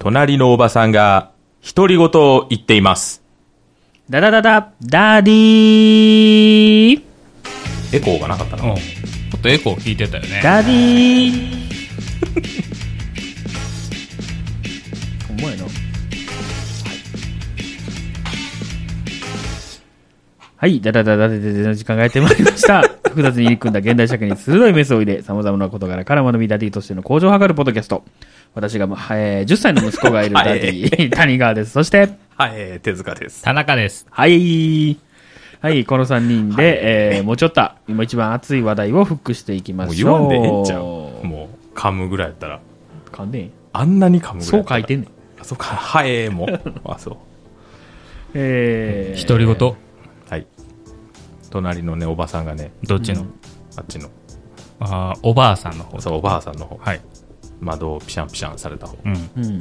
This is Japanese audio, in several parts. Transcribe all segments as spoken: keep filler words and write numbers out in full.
隣のおばさんが独り言を言っています。 ダダダダダディー。 エコーがなかったな。 うん。ちょっとエコー聞いてたよね。 ダディー。ほんまやな。はい、ダダダダダダダの時間がやってまいりました。複雑に入り組んだ現代社会に鋭いメスを入れ、様々な事柄から学びダディとしての向上を図るポッドキャスト。私が、えー、じゅっさいの息子がいるダディ、谷川です。そして、 はい、えー、手塚です。 田中です。 はい。はい、このさんにんで、はい、えー、もうちょっと、今一番熱い話題をフックしていきましょう。 もう言わんでええんちゃう。もう、噛むぐらいやったら。 噛んでんあんなに噛むぐらい。 そう書いてんねん。 あ、そうか。はえーも。あ、そう。 えー。 独り言。 はい。隣のね、おばさんがね。 どっちの、うん、 あっちの。 ああ、おばあさんの方。 そう、おばあさんの方。 はい。 窓をピシャンピシャンされた方。 うん。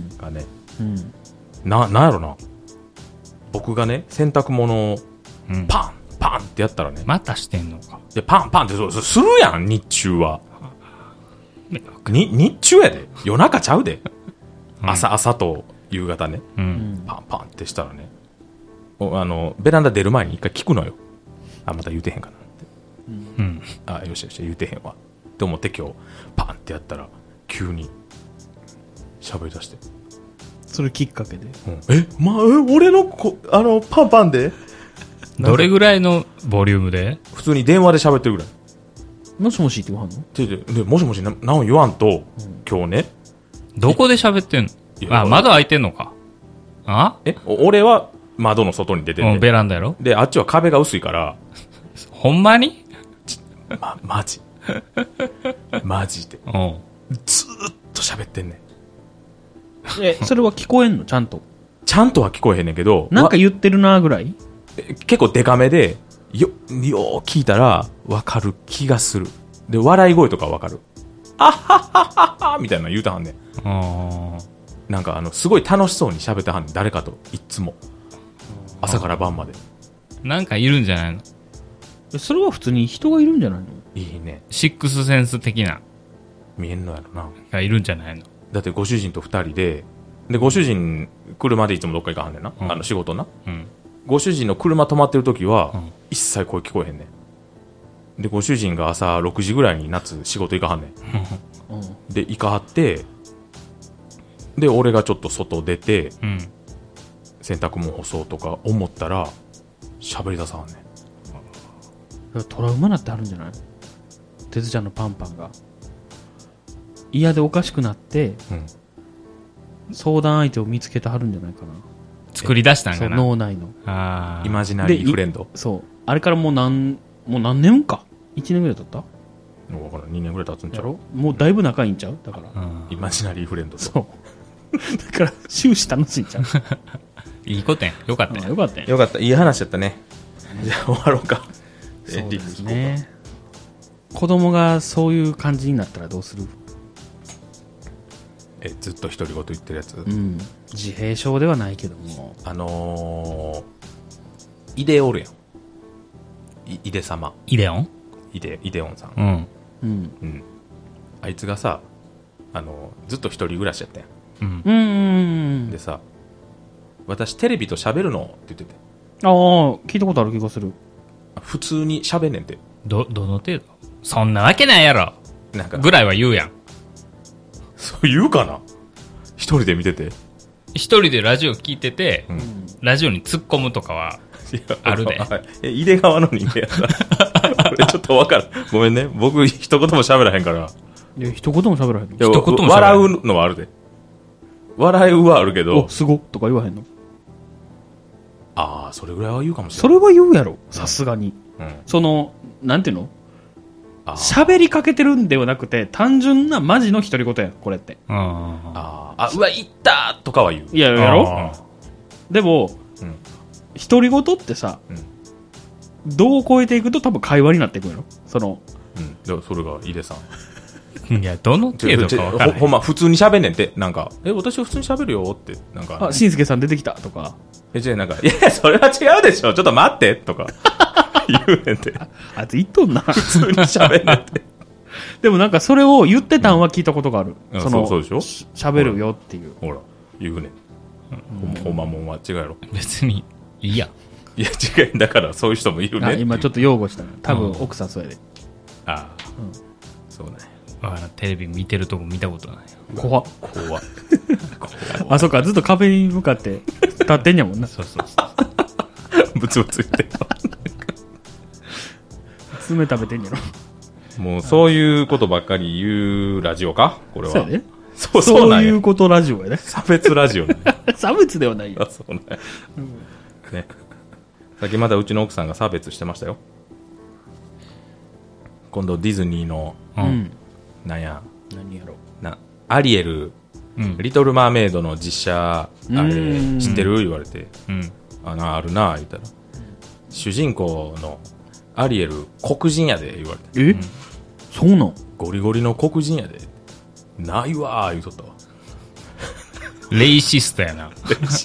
がね。 うん。 な、なんやろな。僕がね、洗濯物をパン、うん、パンってやったらね。 またしてんのか。 で、パンパンってそうするやん、日中は。に、日中やで。夜中ちゃうで。うん、朝、朝と夕方ね。 うん。 パンパンってしたらね。あの、ベランダ出る前に一回聞くのよ。あ、また言うてへんかなって。 うん。 あ、よしよし、言うてへんわ。って思って今日、パンってやったら、急に、喋り出して。 それきっかけで。 うん、え、まあ、え、俺のこ、あの、パンパンでどれぐらいのボリュームで？ 普通に電話で喋ってるぐらい。 もしもしって言わんの？ で、で、でもしもしな、なん言わんと、うん、今日ね。 どこで喋ってんの？あ、窓開いてんのか。あ？ え、俺は窓の外に出てて、 うん、ベランダやろ？ で、あっちは壁が薄いから、 ほんまに？ ま、マジ。マジで。 うん。 ずーっと喋ってんねん。え、それは聞こえんの？ちゃんと。 ちゃんとは聞こえへんねんけど。 なんか言ってるなぐらい？ 結構デカめで、よ、よー聞いたら、わかる気がする。で、笑い声とかわかる。あははははみたいなの言うたはんねん。 あなんかあの、すごい楽しそうに喋ってはんねん。誰かと。いっつも。朝から晩まで。 なんかいるんじゃないの？ それは普通に人がいるんじゃないの？ いいね。 シックスセンス的な。 見えんのやろな。 がいるんじゃないの？ だってご主人と二人で、で、ご主人、車でいつもどっか行かはんねんな。うん、あの、仕事な。 うん。 ご主人の車止まってる時は、 うん、 一切声聞こえへんねん。で、ご主人が朝ろくじぐらいに夏仕事行かはんねん。うん、で、行かはって、で、俺がちょっと外出て、 うん、 洗濯物干そうとか思ったら、喋り出さはんねん。トラウマなってあるんじゃない？てつちゃんのパンパンが。嫌でおかしくなって、うん、相談相手を見つけてはるんじゃないかな。 作り出したんかな。 脳内の。 あイマジナリーフレンド。 そう。あれからもう何、もう何年か ?いち 年ぐらい経った？ 分からん。にねんぐらい経つんちゃう？ やろ？もうだいぶ仲いいんちゃう？だから。 イマジナリーフレンドと。 そう。だから終始楽しいんちゃう？ いいことやん。よかったやん。 よかったやん。 よかった。いい話だったね。じゃあ終わろうか。 そうですね。子供がそういう感じになったらどうする？ え、ずっと独り言言ってるやつ？ うん。自閉症ではないけども。 あのー、イデおるやん。イデ様。 イデオン？ イデ、イデオンさん。 うん。 うん。 うん。あいつがさ、あのー、ずっと一人暮らしやったやん。 うん。うん。 でさ、私テレビと喋るのって言ってて。 ああ、聞いたことある気がする。 普通に喋んねんて。 ど、どの程度？そんなわけないやろ。 なんか。 ぐらいは言うやん。 そう言うかな？一人で見てて。 一人でラジオ聞いてて、 うん、 ラジオに突っ込むとかは、あるで。 え、井出川の人間やから。俺ちょっとわからん。ごめんね。僕一言も喋らへんから。 いや、一言も喋らへんの。 一言も喋らへん。笑うのはあるで。笑うはあるけど。 お、すごとか言わへんの？ ああ、それぐらいは言うかもしれない。 それは言うやろ。さすがに。 うん。 その、なんていうの？喋りかけてるんではなくて、単純なマジの独り言やん、これって。 ああ、うわ、行ったとかは言う。 いや、やろ？でも、うん、独り言ってさ、うん、どう超えていくと多分会話になっていくんやろ？その。 うん。でもそれが井出さん。いや、どの程度か分からない。 ほ、ほんま、普通に喋んねんって。なんか、え、私は普通に喋るよって。なんか。 あ、しんすけさん出てきたとか。 え、じゃあなんか、いや、それは違うでしょ。ちょっと待ってとか。言うねんて。 あ, あいつ言っとんな。 普通に喋んねんて。 でもなんかそれを言ってたんは聞いたことがある。 うん、 そのそうでしょ？ 喋るよっていう。 ほら。 言うねん。ほんまもんは違うやろ。 別に、いいや。 いや違う、だからそういう人もいるねっていう。 今ちょっと擁護したの。多分奥さんそうやで。 ああ、うん、そうね。 わからん、テレビ見てるとこ見たことないよ。 怖っ。 怖っ。 あ、そっか、ずっと壁に向かって立ってんやもんな。 そうそうそう。 ブツブツ言ってる。 爪食べてんやろ。 もうそういうことばっかり言うラジオかこれは。 そうやで。 そうそうなんや。 そういうことラジオやね。 差別ラジオね。 差別ではないよ。 あ、そうね。うん、ね。さっきまだうちの奥さんが差別してましたよ。今度ディズニーの、 うん、 なんや。 何やろ。 な、アリエル、うん、リトルマーメイドの実写、あれ、知ってる言われて。うん。あな、あるな、言ったら。主人公のアリエル、黒人やで、言われて。 え、うん、そうなん？ ゴリゴリの黒人やで。ないわー、言うとったわ。 レイシストやな。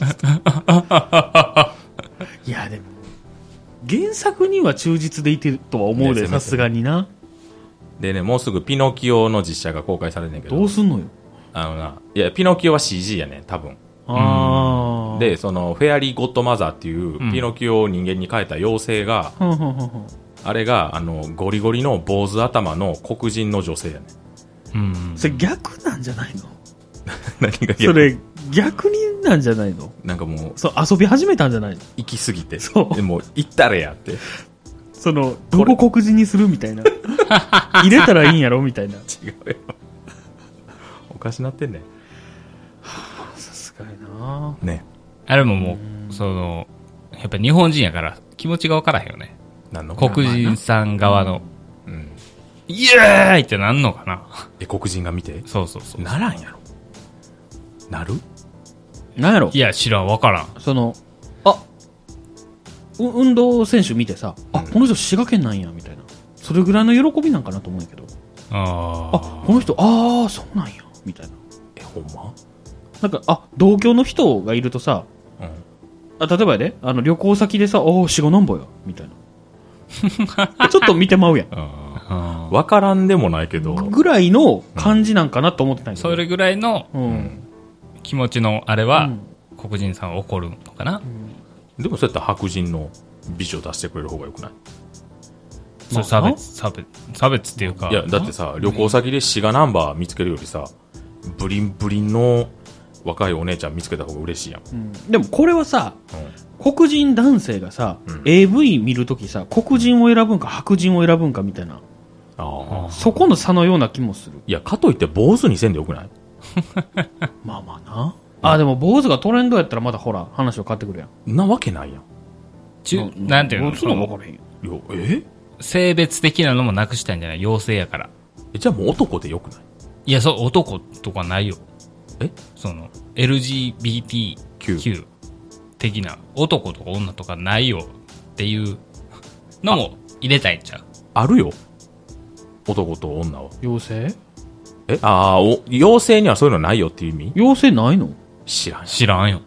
いや、でも、原作には忠実でいてるとは思うで、さすがにな。 でね、もうすぐピノキオの実写が公開されんねんけど。 どうすんのよ。 あのな、いや、ピノキオは シージー やねん、多分。 ああ。 で、その、フェアリー・ゴッドマザーっていう、ピノキオを人間に変えた妖精が、うん、あれが、あの、ゴリゴリの坊主頭の黒人の女性やねん。 うん、それ逆なんじゃないの？ 何が逆？ それ逆になんじゃないの？ なんかもう、 そう遊び始めたんじゃないの？ 行き過ぎて。 そう。 でも、行ったれやって。 その、どこ黒人にするみたいな。入れたらいいんやろみたいな。 違うよ。おかしなってんねん。 はあ、さすがやな。 ね。 あれももう、その、やっぱ日本人やから気持ちがわからへんよね。 なんの？ 黒人さん側の。うん。うん、イエーイってなんのかな。 え、黒人が見て？ そうそうそう。 ならんやろ。なる？ なんやろ？ いや、知らん、わからん。 その、あ、運動選手見てさ、あ、うん、この人滋賀県なんや、みたいな。それぐらいの喜びなんかなと思うんやけど。ああ。あ、この人、ああ、そうなんや、みたいな。 え、ほんま？ なんか、あ、同郷の人がいるとさ、うん、あ、例えばね、あの、旅行先でさ、おー、滋賀なんぼや、みたいな。ちょっと見てまうやん。 わからんでもないけど。 ぐらいの感じなんかなと思ってたんやけど。 それぐらいの、うん、気持ちのあれは、うん、黒人さんは怒るのかな、 うん、でもそうやったら白人の美女出してくれる方がよくない？ それ差別、差別、差別っていうか。 いや、だってさ、旅行先で滋賀ナンバー見つけるよりさ、ブリンブリンの若いお姉ちゃん見つけた方が嬉しいやん。 うん、でもこれはさ、うん、黒人男性がさ、うん、エーブイ 見るときさ、黒人を選ぶんか白人を選ぶんかみたいな。あ、そこの差のような気もする。 いや、かといって坊主にせんでよくない？ まあまあな。あ、でも坊主がトレンドやったらまだほら話は変わってくるやん。 なわけないやん。 ちゅ、なんていうの？ それは分からへんよ。 え？ 性別的なのもなくしたんじゃない？妖精やから。 え、じゃあもう男でよくない？ いや、そう、男とかないよ。 え？ その、エルジービーティーキュー 的な、男とか女とかないよっていうのも入れたいんちゃう？ あるよ。男と女は。 妖精？ え？ああ、妖精にはそういうのないよっていう意味？ 妖精ないの？ 知らん。 知らんよ。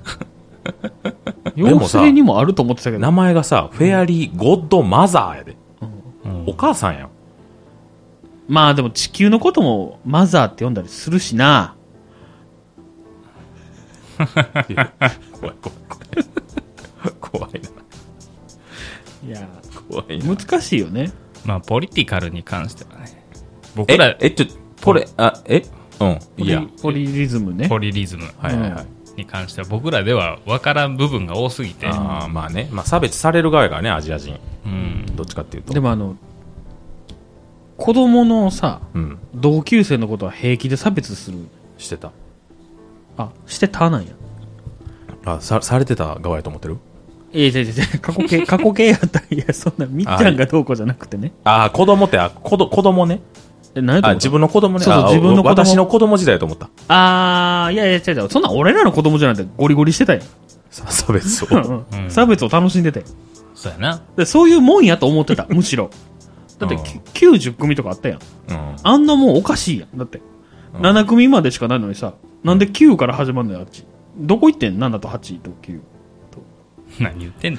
妖精にもあると思ってたけど。 名前がさ、フェアリーゴッドマザーやで。うん、お母さんやん。 まあでも地球のこともマザーって呼んだりするしな。 怖い怖い怖い。怖いな。 いや、 怖いな。 難しいよね。 まあポリティカルに関してはね。僕ら、 え、え、ちょ、これ、あ、えうん。 いや。ポリリズムね。 ポリリズム。 はいはいはい。 に関しては僕らでは分からん部分が多すぎて。 ああ、まあね。まあ差別される側やからね、アジア人。うん。どっちかっていうと。 でもあの、子供のさ、うん、同級生のことは平気で差別する。 してた。 あ、してたなんや。 あ、さ、されてた側やと思ってる？ いやいやいや、過去形、過去形やったら、いや、そんな、みっちゃんがどうこうじゃなくてね。 ああ、子供って、あ、子ど、子供ね。 え、何やと思った？ あ、自分の子供ね。 そうそう、自分の子供。 私の子供時代やと思った。 ああ、いやいや、違う違う。そんな俺らの子供じゃなくてゴリゴリしてたやん。 差別を。 うん、差別を楽しんでて。 そうやな。 で、そういうもんやと思ってた、むしろ。だって、きゅうじゅう組とかあったやん。うん、あんなもんおかしいやん。だって、うん、なな組までしかないのにさ、なんできゅうから始まるのよ、あっち。どこ行ってん ?なな とはちときゅうと。 何言ってんの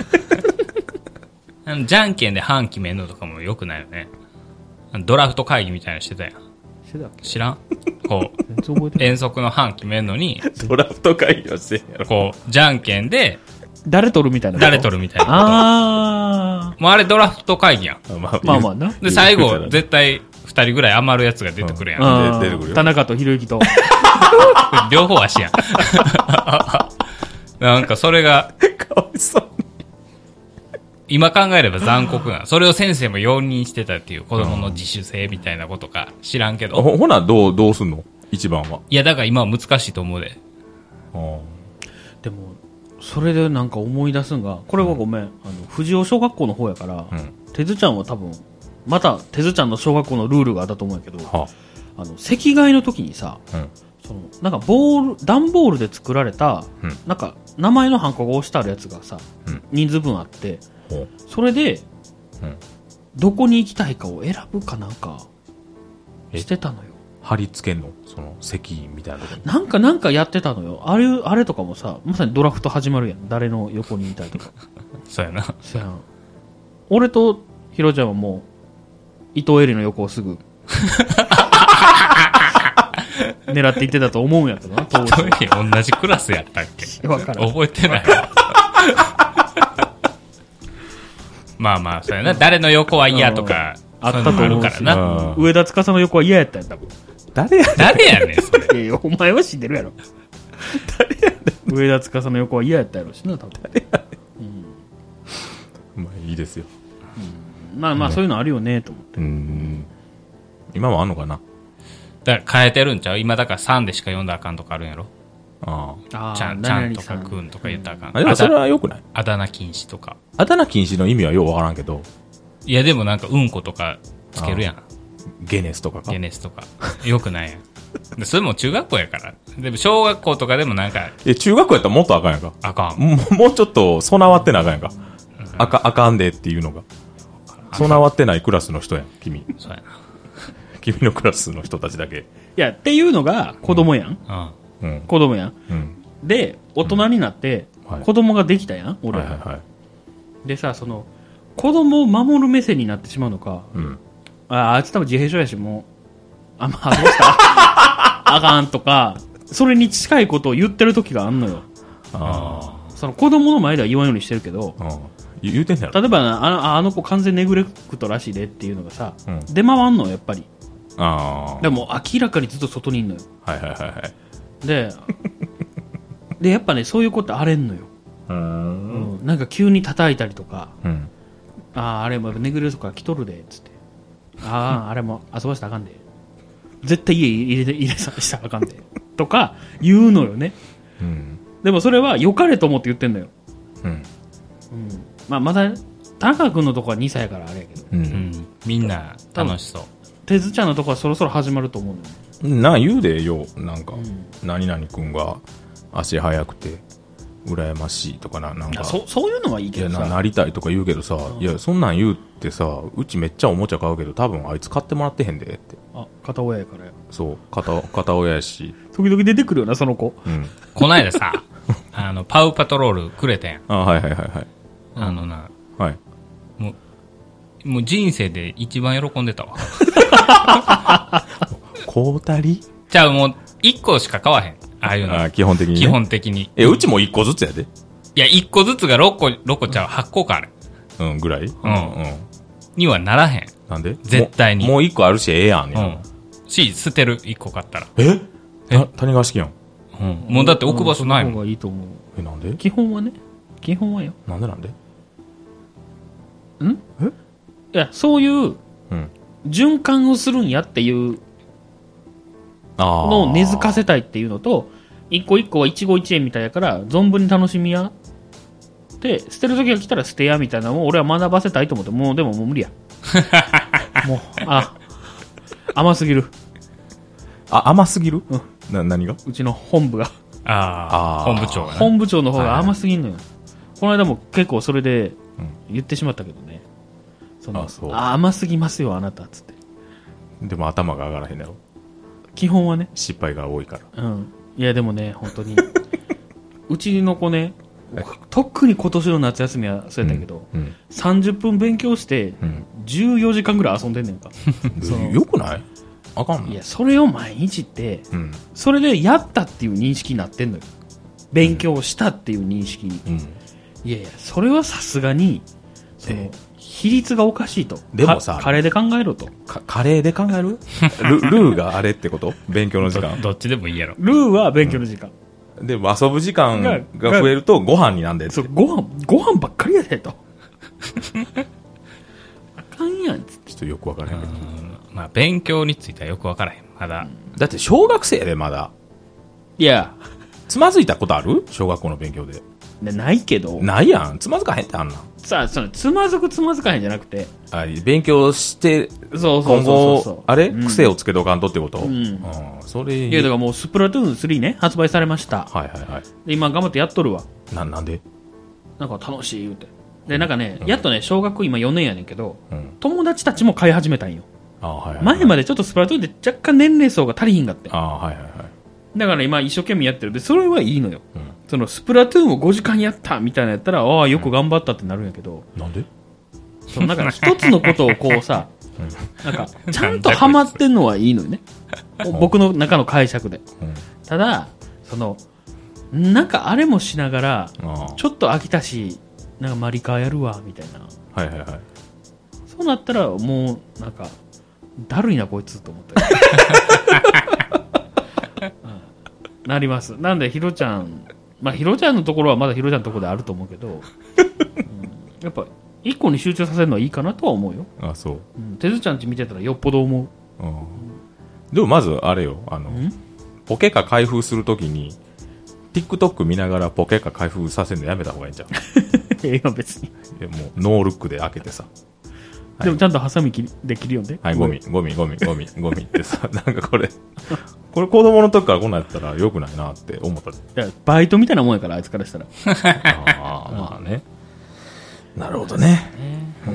あのじゃんけんで半決めんのとかもよくないよね。ドラフト会議みたいなのしてたやん。 してたっけ知らんこう、 全然覚えてない。 遠足の班決めんのに、 ドラフト会議をしてんやろ。 こう、じゃんけんで、 誰取るみたいな。 誰取るみたいな。 あもうあれドラフト会議やん。 まあー。まあまあな。 で、最後、絶対、二人ぐらい余るやつが出てくるやん。 うん出てくるよ田中とひろゆきと。 両方足やん。なんかそれが、 かわいそうに。 今考えれば残酷な。それを先生も容認してたっていう子供の自主性みたいなことか知らんけど。 ほ、ほな、どう、どうすんの一番は。 いや、だから今は難しいと思うで。 でも、それでなんか思い出すんが、これはごめん、あの、藤尾小学校の方やから、 うん。 てずちゃんは多分、また、てずちゃんの小学校のルールがあったと思うんやけど、 はあの、席替えの時にさ、 うん。 その、なんかボール、段ボールで作られた、 うんなんか、名前のハンコが押してあるやつがさ、 うん人数分あって、 ほう。 それで、 うん。 どこに行きたいかを選ぶかなんか、 えしてたのよ。 貼り付けんのその、席みたいなとこに。 なんかなんかやってたのよ。あれ、あれとかもさ、まさにドラフト始まるやん。誰の横にいたいとか。 そうやな。 そやん。俺とヒロちゃんはもう、伊藤エリの横をすぐ、狙っていってたと思うんやけどな、当時。 同じクラスやったっけわからん。 覚えてない。まあまあ、そうやな。誰の横は嫌とか、 あったとそういうの思うしもあるからな。 うん上田司の横は嫌やったんや、多分。 誰や誰やねん、それ。 いやいやお前は知ってるやろ。誰やねん。上田司の横は嫌やったやろしな、多分。 まあいいですよ。 まあまあ、そういうのあるよね、と思って。 うーん。今もあんのかなだから変えてるんちゃう今だからさんでしか読んだらあかんとかあるんやろああちゃん、ちゃんとかくんとか言ったらあかん。 あ。でもそれは良くないあだ名禁止とか。 あだ名禁止の意味はようわからんけど、 いやでもなんかうんことかつけるやん。 ゲネスとかか。 ゲネスとか。よくないやん。でそれも中学校やから。でも小学校とかでもなんか、 え、中学校やったらもっとあかんやんか。 あかん。 もう、もうちょっと備わってなあかんやんか。あか、あかんでっていうのが。備わってないクラスの人やん、君。 そうや君のクラスの人たちだけ。 いや、っていうのが子供やん。 な。 うん。 子供やん。 うん。 で、大人になってはい、 子供ができたやん、俺ら。 はいはいはい。 でさ、その、子供を守る目線になってしまうのか、 うん。 ああいつ多分自閉症やし、もう、あんま、どうしたあかんとか、それに近いことを言ってる時があんのよ。 あその子供の前では言わんようにしてるけど、 あ。うん。言言うてんねやろ。 例えばなあの、あの子完全ネグレクトらしいでっていうのがさ、 うん出回んのよ、やっぱり。 ああ。 でも明らかにずっと外にいんのよ。 はいはいはいはい。 で、で、やっぱね、そういう子って荒れんのよ。 うー。 うんん。なんか急に叩いたりとか、 うん。 ああ、あれもネグレとか来とるで、つって。ああ、あれも遊ばせたらあかんで。絶対家入れ入れさしたらあかんで。とか、言うのよね。 うん。 でもそれは良かれと思って言ってんのよ。 うん。 うん。まあ、まだ、田中君のとこはにさいやからあれやけど、 う。 うんん。みんな楽しそう。 てずちゃんのとこはそろそろ始まると思うのよね。 な、言うでよ、なんか、 うん何々くんが足速くて、羨ましいとかな、なんか。 そそういうのはいいいやな、 けどさ。 なりたいとか言うけどさ、いや、そんなん言うってさ、うちめっちゃおもちゃ買うけど、多分あいつ買ってもらってへんで、って。 あ、片親やからや。 そう、片、片親やし。 時々出てくるよな、その子。 うん。 こないださ、あの、パウパトロールくれたやん。 あ、はいはいはいはい。 あのな、 はい。 もう、もう人生で一番喜んでたわ。 こうたりじゃあもう、一個しか買わへん。ああいうの。 あ、基本的に、ね。 基本的に。 え、うちも一個ずつやで。 いや、一個ずつが六個、六個ちゃう、八個かある。 うん、ぐらいうん。うん。 にはならへん。 なんで絶対にももう一個あるし、ええやん、ねうん。し、捨てる、一個買ったら。 ええた谷川式やん。 うん。もうだって置く場所ないその方もん。 がいいと思う。 え、なんで基本はね。基本はよ。 なんでなんでんいや、そういううん。 循環をするんやっていうああ。 のを根付かせたいっていうのと、一個一個は一期一会みたいやから、存分に楽しみや。で、捨てる時が来たら捨てやみたいなのを俺は学ばせたいと思って、もうでももう無理や。もう、あ、甘すぎる。 あ、甘すぎるうんな、何がうちの本部が。 ああ、 あー本部長がね。 本部長の方が甘すぎんのよ。この間も結構それで言ってしまったけどね。そのあそうあ甘すぎますよ、あなた。つって。 でも頭が上がらへんやろ。 基本はね。 失敗が多いから。 うん。いや、でもね、本当に。うちの子ね、特に今年の夏休みはそうやったけど、 うん。 さんじゅっぷん勉強して、 うん。 じゅうよじかんぐらい遊んでんねんか。そのよくないあかんの？ いや、それを毎日って、 うん、 それでやったっていう認識になってんのよ。勉強したっていう認識に。うん、いやいや、それはさすがに、その、比率がおかしいと。 でもさ、 カレーで考えろと。 カレーで考えるル, ルーがあれってこと？勉強の時間。 ど, どっちでもいいやろ。 ルーは勉強の時間。 うん、でも遊ぶ時間が増えるとご飯になんでって。 そう、ご飯、ご飯ばっかりやでと。あかんやん。 ちょっとよくわからへんけど。 まあ、勉強についてはよくわからへん。まだ。 だって小学生でまだ。 いや。 つまずいたことある？小学校の勉強で。 ないけど。 ないやん。つまずかへんってあんなん。 さあ、その、つまずくつまずかへんじゃなくて。 あ、勉強して、 そうそうそうそう今後、あれ、うん、癖をつけとかんとってこと？うん。うん、それ。 いや、だからもう、スプラトゥーンスリーね、発売されました。 はいはいはい。 で、今頑張ってやっとるわ。 な、なんで？ なんか楽しい言うて。で、なんかね、うん、やっとね、小学校今よねんやねんけど、うん、友達たちも買い始めたんよ。あ、はいはいはい、前までちょっとスプラトゥーンで若干年齢層が足りひんがって。あ、はいはいはい。だから今一生懸命やってる。で、それはいいのよ。うん、そのスプラトゥーンをごじかんやったみたいなやったら、ああ、よく頑張ったってなるんやけど。 うん、なんで？ そう、だから一つのことをこうさ、うん、なんか、ちゃんとハマってんのはいいのよね。僕の中の解釈で。うん、ただ、その、なんかあれもしながら、ちょっと飽きたし、なんかマリカーやるわ、みたいな。はいはいはい。そうなったら、もう、なんか、だるいなこいつと思ったよ。なります。なんで、ひろちゃん、まあ、ひろちゃんのところはまだひろちゃんのところであると思うけど、うん、やっぱ、一個に集中させるのはいいかなとは思うよ。 あ、そう。 うん、てずちゃんち見てたらよっぽど思う。うん、 でもまず、あれよ、あの、ポケカ開封するときに、TikTok 見ながらポケカ開封させるのやめた方がいいんじゃん。 いや、別に。 いや、もう、ノールックで開けてさ。 でもちゃんとハサミできるよね。 はい、ゴミ、ゴミ、ゴミ、ゴミ、ゴミってさ、なんかこれ、これ子供の時からこんなんやったら良くないなって思った。いや、バイトみたいなもんやから、あいつからしたら。 ああ、まあね。なるほどね。うん、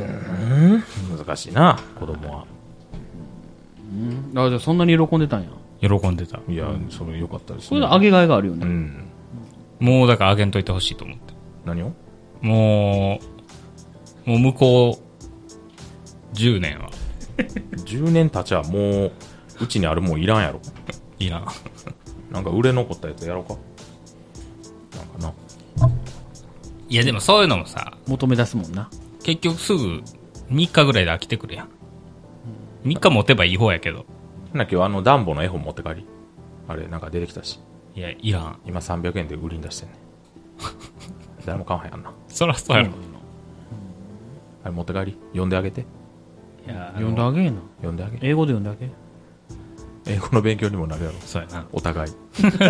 難しいな、子供は。 うん、あ、じゃあそんなに喜んでたんや。 喜んでた。 いや、それ良かったですね。 それで上げがいがあるよね。うん。 もうだから上げんといてほしいと思って。 何を？ もう、もう向こう、じゅうねんは。 じゅうねん経ちはもう、うちにあるもんいらんやろ。 いらん。 なんか売れ残ったやつやろうか。なんかな。 いやでもそういうのもさ、 求め出すもんな。 結局すぐみっかぐらいで飽きてくるやん。みっか持てばいい方やけど。 な、今日あのダンボの絵本持って帰り。あれ、なんか出てきたし。 いや、いらん。 今さんびゃくえんで売りに出してんね。誰も買わへんやんな。 そらそうやろ。うん、 あれ持って帰り。読んであげて。 いや、読んであげえな。 読んであげ。 英語で読んであげ。 英語の勉強にもなるやろ。 そうやな。 お互い。い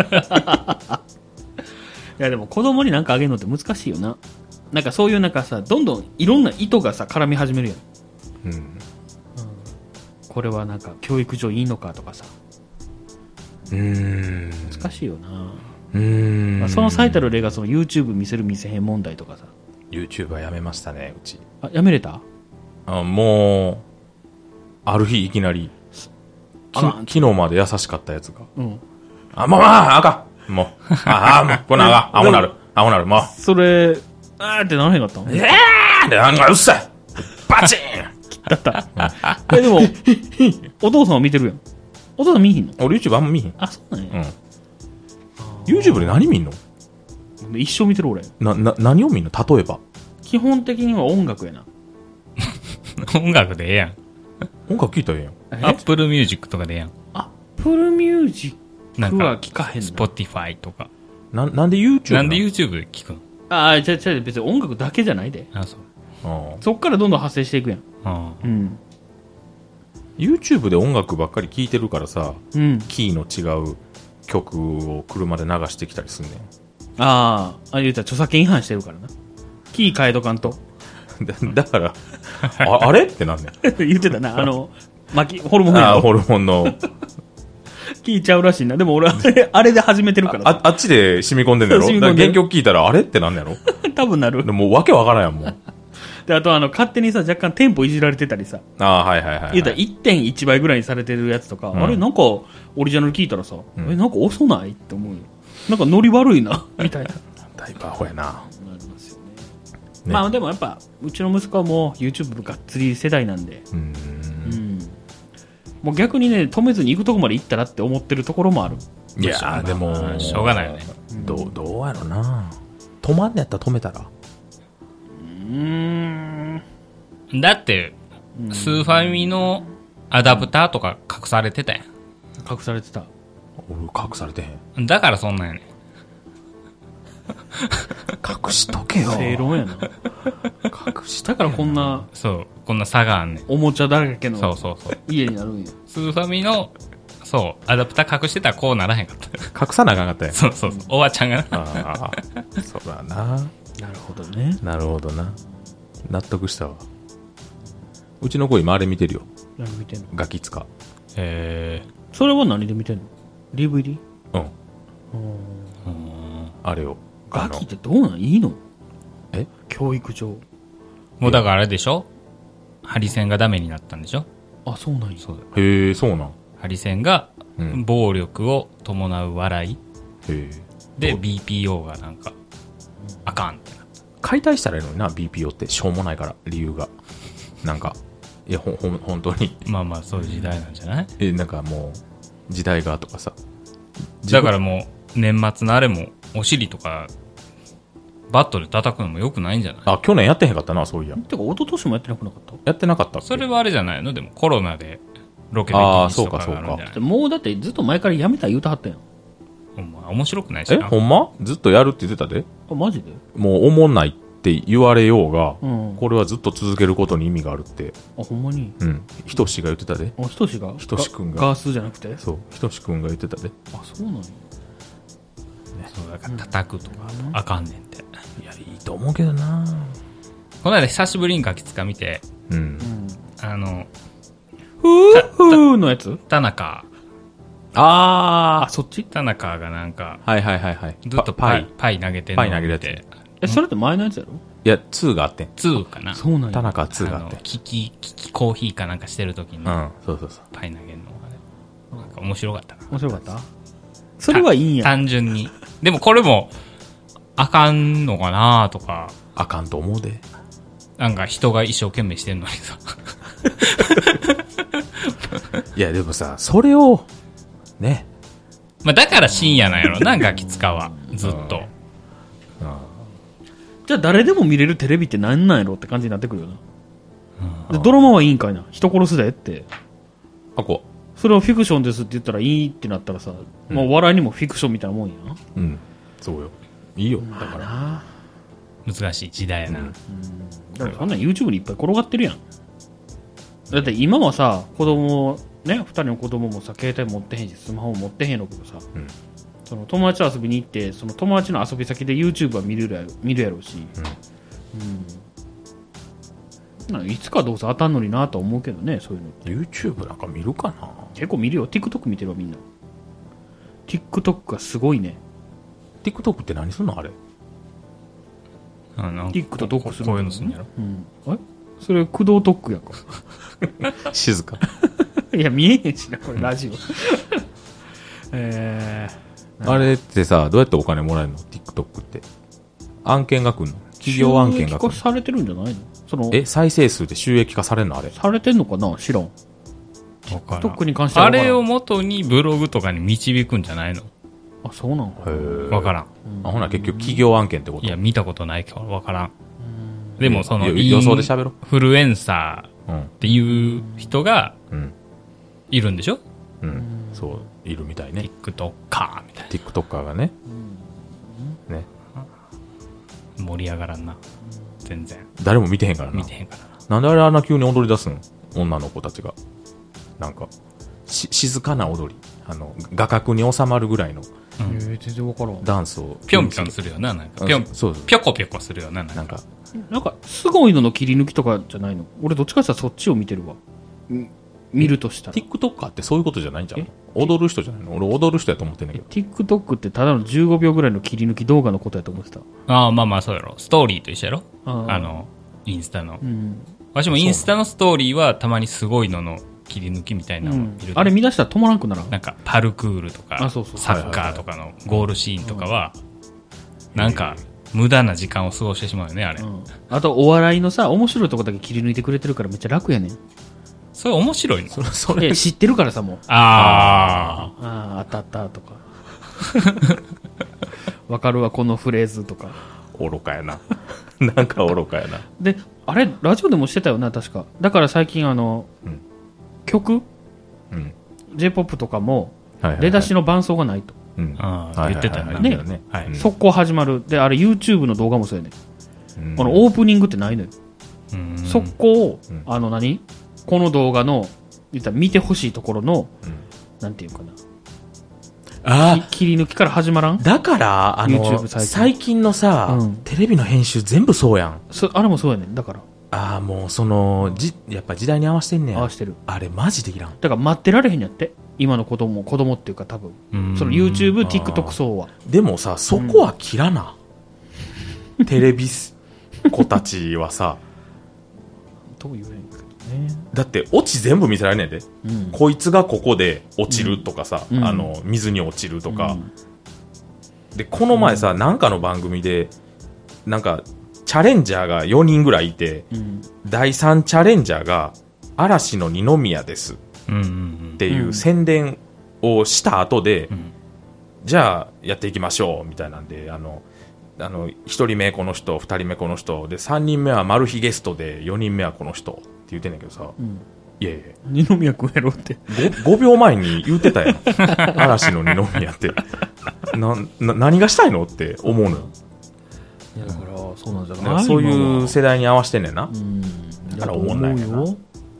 や、でも子供になんかあげるのって難しいよな。なんかそういうなんかさ、どんどんいろんな意図がさ、絡み始めるやん。うん。うん、これはなんか教育上いいのかとかさ。うーん。難しいよな。うーん。まあ、その最たる例がその YouTube 見せる見せへん問題とかさ。 YouTube はやめましたね、うち。 あ、やめれた？ あ、もう、ある日いきなり、昨日まで優しかったやつが。うん。あ、もう、ああ、あかん。もう、ああ、もう、こんなあかん。アホなる。アホなる、もう。 それ、あーってならへんかったの？ ええーで、なんかうっさいバチーンだった。え、でも、お父さんは見てるやん。お父さん見ひんの？ 俺 YouTube あんま見ひん。 あ、そうなんや。 うん。YouTube で何見んの？ 一生見てる俺。 な、な、何を見んの？例えば。 基本的には音楽やな。 音楽でええやん。 音楽聞いたらええやん。Apple Music とかでええやん。 Apple Music は聞かへんの。 Spotify とか。 な、なんで YouTube？ なんで YouTube で聞くの？ ああ、じゃあ、じゃあ別に音楽だけじゃないで。 あ、そう。 あそっからどんどん派生していくやん。あうん。 YouTube で音楽ばっかり聴いてるからさ、うん、キーの違う曲を車で流してきたりすんねん。 ああ、あ言うたら著作権違反してるからな。キー変えとかんと。 だ, だからあ、あれってなんねん。 言ってたな、あの、巻き、ホルモンやろ。 あ、ホルモンの。 聞いちゃうらしいな。でも俺はあれ、あれで始めてるからあ。あっちで染み込んでんだろ。だから原曲聞いたらあれってなんねやろ。 多分なる。 でもうわけわからんやん、もう。 で、あとあの、勝手にさ、若干テンポいじられてたりさ。 ああ、はいはいはい、はい。 言うたら いってんいち 倍ぐらいにされてるやつとか、うん、あれなんか、オリジナル聞いたらさ、うん、え、なんか遅ないって思うよ。なんかノリ悪いな、みたいな。 だいぶアホやな。なりますよね。ね、まあでもやっぱ、うちの息子はもう YouTube がっつり世代なんで。うん。うん。 もう逆にね、止めずに行くとこまで行ったらって思ってるところもある。 いやーでもしょうがないよね。 どうどうやろな。止まんねやったら止めたら。 うーん。 だって、スーファミのアダプターとか隠されてたやん。 隠されてた。 俺隠されてへん。 だからそんなんやねん。 隠しとけよ。 正論やな。 隠しだからこんなそう、こんな差があんねん。 おもちゃだらけのそうそうそう。 家になるんや。 スーファミの、そう、アダプター隠してたらこうならへんかった。 隠さなあかんかったやん。 そうそうそう。おばちゃんがな。 ああ、そうだな。 なるほどね。 なるほどな。納得したわ。うちの子今あれ見てるよ。 何見てんの？ ガキツカ。 へそれは何で見てんの？ ディーブイディー？ うん。 ー。 あれを。 ガキってどうなん？いいの？ え教育上。 もうだからあれでしょ、ハリセンがダメになったんでしょ。 あ、そうなんや。 そう。 へえ、そうなん。 ハリセンがうん暴力を伴う笑いへえ。 でどうビーピーオー がなんかあかんってなった。 解体したらいいのにな、ビーピーオー ってしょうもないから、理由が。なんか、いや、ほん、ほん、本当に。 まあまあそういう時代なんじゃない？ え、なんかもう、時代がとかさ。 だからもう年末のあれもお尻とかバットで叩くのも良くないんじゃない？ あ、去年やってへんかったな、そういや。 てか、一昨年もやってなくなかった？ やってなかったっけ？ それはあれじゃないの？でもコロナでロケできあーる人とかがあるんじゃない？ もうだってずっと前からやめた言うたはったやん。 ほんま面白くないしえ、 な。 ほんまずっとやるって言ってたで。 あ、マジで？ もう、おもんないって言われようが、 うん。 これはずっと続けることに意味があるって。 あ、ほんまに？ うん。ひとしが言ってたで。 あ、ひとしが？ ひとしくんがガガースじゃなくて？ そう。ひとしくんが言ってたで。 あ、そうなんや。 そうだから叩くとかあかんねんって。 いや、いいと思うけどな。 この間久しぶりにガキツカ見て、 うん。 うん。 あの、 ふーふーのやつ？ 田中、 あ、そっち？ 田中がなんかはいはいはいはい。 ずっとパイ、パイ投げてんのパイ投げるやつってえ、それって前のやつやろ？ いや、にがあってん。 にかな。 そうなんや。 田中にがああのってん。 キキ、キキコーヒーかなんかしてるときにうん。そうそうそう。 パイ投げるのがね。なんか面白かったな。 面白かった？それはいいんや。 単純に。でもこれも、あかんのかなとか、 あかんと思うで。 なんか人が一生懸命してんのにさ。 いや、でもさ、それを、ね。 まあだから深夜なんやろな、ガキ使は。ずっと。 じゃあ誰でも見れるテレビって何なんやろって感じになってくるよな。でドラマはいいんかいな。人殺すでって。 あ、こそれをフィクションですって言ったらいいってなったらさ、 うんもう笑いにもフィクションみたいなもんやな。 う。うん。そうよ。いいよ。だから。 な難しい時代やな。 うんだからそんなん YouTube にいっぱい転がってるやん。だって今はさ、子供、ね、二人の子供もさ、携帯持ってへんし、スマホも持ってへんのけどさ、 うんその友達と遊びに行って、その友達の遊び先で YouTube は見るやろ見るやろうし、うん。なんかいつかどうせ当たんのになとは思うけどね、そういうの。 YouTube なんか見るかな。 結構見るよ。TikTok 見てるわ、みんな。TikTok がすごいね。 TikTok って何すんのあれ。 あの TikTok するこういうのすんやろ。 うん。あれそれ、駆動特区やんか。 静か。 いや、見えへんしな、これ、ラジオ。えあれってさ、どうやってお金もらえるの ?TikTok って。案件が来るのー、 企業案件が来るの収益化されてるんじゃないの？その、 え、再生数で収益化されるのあれ。 されてんのかな知らん。 わからん TikTok に関してはあ分からん。 れを元にブログとかに導くんじゃないの？ あ、そうなんか。 わからん。 あ、ほな結局企業案件ってこといや、見たことないからわからん。でもその、 いや予想で喋ろインフルエンサーうん。 っていう人がうん。 いるんでしょ？ うん。そう、いるみたいね。 TikToker みたい TikToker がね。ね。 な。盛り上がらんな。全然。 誰も見てへんからな。 見てへんからな。 なんであれあんな急に踊り出すん女の子たちが。なんか、し、静かな踊り。あの、画角に収まるぐらいのえー、全然分からん。 ダンスを。 ぴょんぴょんするよな、なんか。ぴょん、 そうそう。 ぴょこぴょこするよな、なんか。 なんか、 なんか、すごいのの切り抜きとかじゃないの？俺どっちかって言ったらそっちを見てるわ。ん見るとしたら。 TikToker ってそういうことじゃないんじゃんえ。 踊る人じゃないの俺踊る人やと思ってんだけど。 TikTok ってただのじゅうごびょうぐらいの切り抜き動画のことやと思ってた。 ああ、まあまあそうやろ。ストーリーと一緒やろ？ あーあの、インスタのう。ん。 私もインスタのストーリーはたまにすごいのの切り抜きみたいなのをうん見る。 あれ見出したら止まらんくならん。 なんかパルクールとかあそうそうサッカーとかのゴールシーンとかはなんか無駄な時間を過ごしてしまうよね、あれ。 うん。あと、お笑いのさ、面白いとこだけ切り抜いてくれてるからめっちゃ楽やねん。 それ面白いの？ それ、それいや、知ってるからさ、もう。 ああ。 ああ、あったあったとか。わかるわ、このフレーズとか。 愚かやな。なんか愚かやな。 で、あれ、ラジオでもしてたよな、確か。だから最近、あの、 うん、 曲、 うん、 J-ポップ とかも、 はいはいはい、 出だしの伴奏がないと。 うん、 ああ、言ってたよね。 ね。はい。 速攻始まる。で、あれ YouTube の動画もそうやね、うん。このオープニングってないのよ。うん、速攻、うん、あの何この動画の、言ったら見てほしいところの、うん、なんていうかな。 ああ。 切り抜きから始まらん？ だから、あの、YouTube 最近、最近のさ、うん、テレビの編集全部そうやん。 そあれもそうやねん。だから。 ああ、もう、その、じ、やっぱ時代に合わせてんねん。 合わせてる。 あれ、マジでいらん。 だから待ってられへんやって。今の子供、子供っていうか多分。その YouTube、TikTok 層は。 でもさ、そこは切らな。うん、テレビ子たちはさ、 どう言えんけどね。 だって、オチ全部見せられんねんで。うん、こいつがここで落ちるとかさ、うん、あの、水に落ちるとか。うん、で、この前さ、なんかの番組で、なんか、チャレンジャーがよにんぐらいいて、うん、だいさんチャレンジャーが嵐の二宮ですっていう宣伝をした後で、うん、じゃあやっていきましょうみたいなんで、あのあのひとりめこの人、ふたりめこの人で、さんにんめはマル秘ゲストで、よにんめはこの人って言ってんねんけどさ、うん、いやいや二宮君やろって 5, ごびょうまえに言ってたやん嵐の二宮ってなな何がしたいのって思うのよ。 いやだからそうなんじゃない？ そういう世代に合わせてんねんな。うん、だから思んないよな。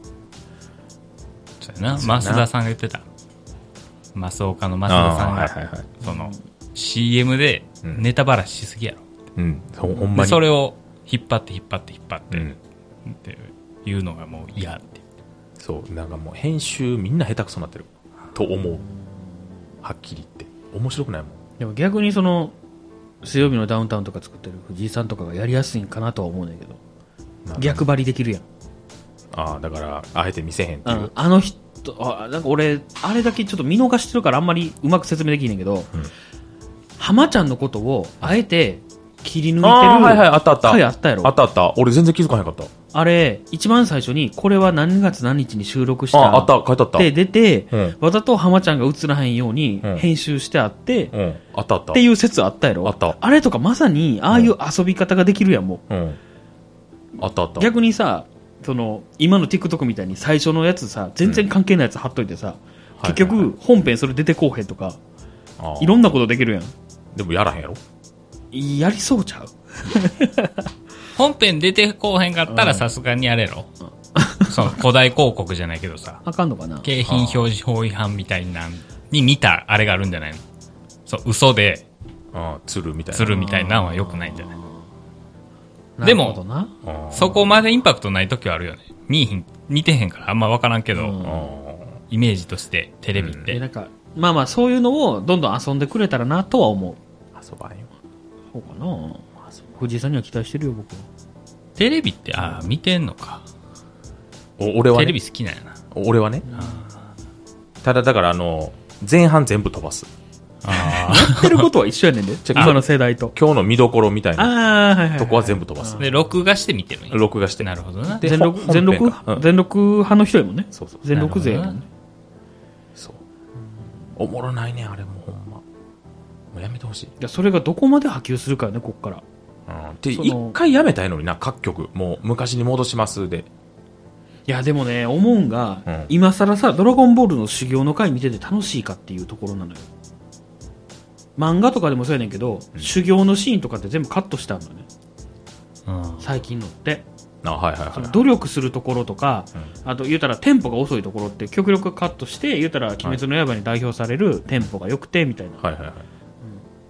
そうやな。増田さんが言ってた。増岡の増田さんが、はいはいはい、その シーエム でネタばらししすぎやろ。うん、ほんまに。それを引っ張って引っ張って引っ張って、うん、っていうのがもう嫌って。 そう、なんかもう編集みんな下手くそになってると思う。はっきり言って面白くないもん。 でも逆にその水曜日のダウンタウンとか作ってる藤井さんとかがやりやすいんかなとは思うんだけど、逆張りできるやん。 ああ、だからあえて見せへんっていう、うん、 あの人、あ、なんか俺あれだけちょっと見逃してるからあんまりうまく説明できないけど、うん、浜ちゃんのことをあえて切り抜いてる、あ、 はいはい、あったあった回あったやろ。 あったあった。俺全然気づかへんかった。 あれ一番最初にこれは何月何日に収録したああった書いてあったで出て、うん、わざと浜ちゃんが映らへんように編集してあって、 うんうん、あったあったっていう説あったやろ。 あった。 あれとかまさにああいう遊び方ができるやんもう、うん、 あったあった。 逆にさ、その今の TikTok みたいに最初のやつさ全然関係ないやつ貼っといてさ、うん、結局本編それ出てこうへんとか、はいはい、いろんなことできるやん。 でもやらへんやろ。 やりそうちゃう本編出てこうへんかったらさすがにやれろ、うん、その古代広告じゃないけどさ、 あかんのかな、 景品表示法違反みたいなに見たあれがあるんじゃないの。そう嘘であ釣るみたいな釣るみたいなのは良くないんじゃない。でもそこまでインパクトない時はあるよね。見ひん似てへんからあんま分からんけど、イメージとしてテレビって、うん、 なんかまあまあそういうのをどんどん遊んでくれたらなとは思う。 遊ばんよ。 そうかな。藤井さんには期待してるよ僕は。 テレビってああ見てんのか。 お俺は、ね、 テレビ好きなんやな。 俺はね、うん、ただだからあの前半全部飛ばす。 あやってることは一緒やねんで今の世代と。 今日の見どころみたいな、 あ、はいはい、 とこは全部飛ばす。 で録画して見てるんや。 録画して。 なるほどな。 全録全録、うん、全録派の人やもんね。 そうそう、 全録勢やもんね。 そう。おもろないねあれもほんま。もうやめてほしい。いやそれがどこまで波及するかよねこっから。 うん、で一回やめたいのにな各局もう昔に戻しますで。 いやでもね思うんが、うん、今更さドラゴンボールの修行の回見てて楽しいかっていうところなのよ。漫画とかでもそうやねんけど、うん、修行のシーンとかって全部カットしてあるのね、うん、最近のって。 あ、はいはいはい、 その努力するところとか、うん、あと言うたらテンポが遅いところって極力カットして言うたら鬼滅の刃に代表されるテンポが良くてみたいな、 はいはいはい、うん、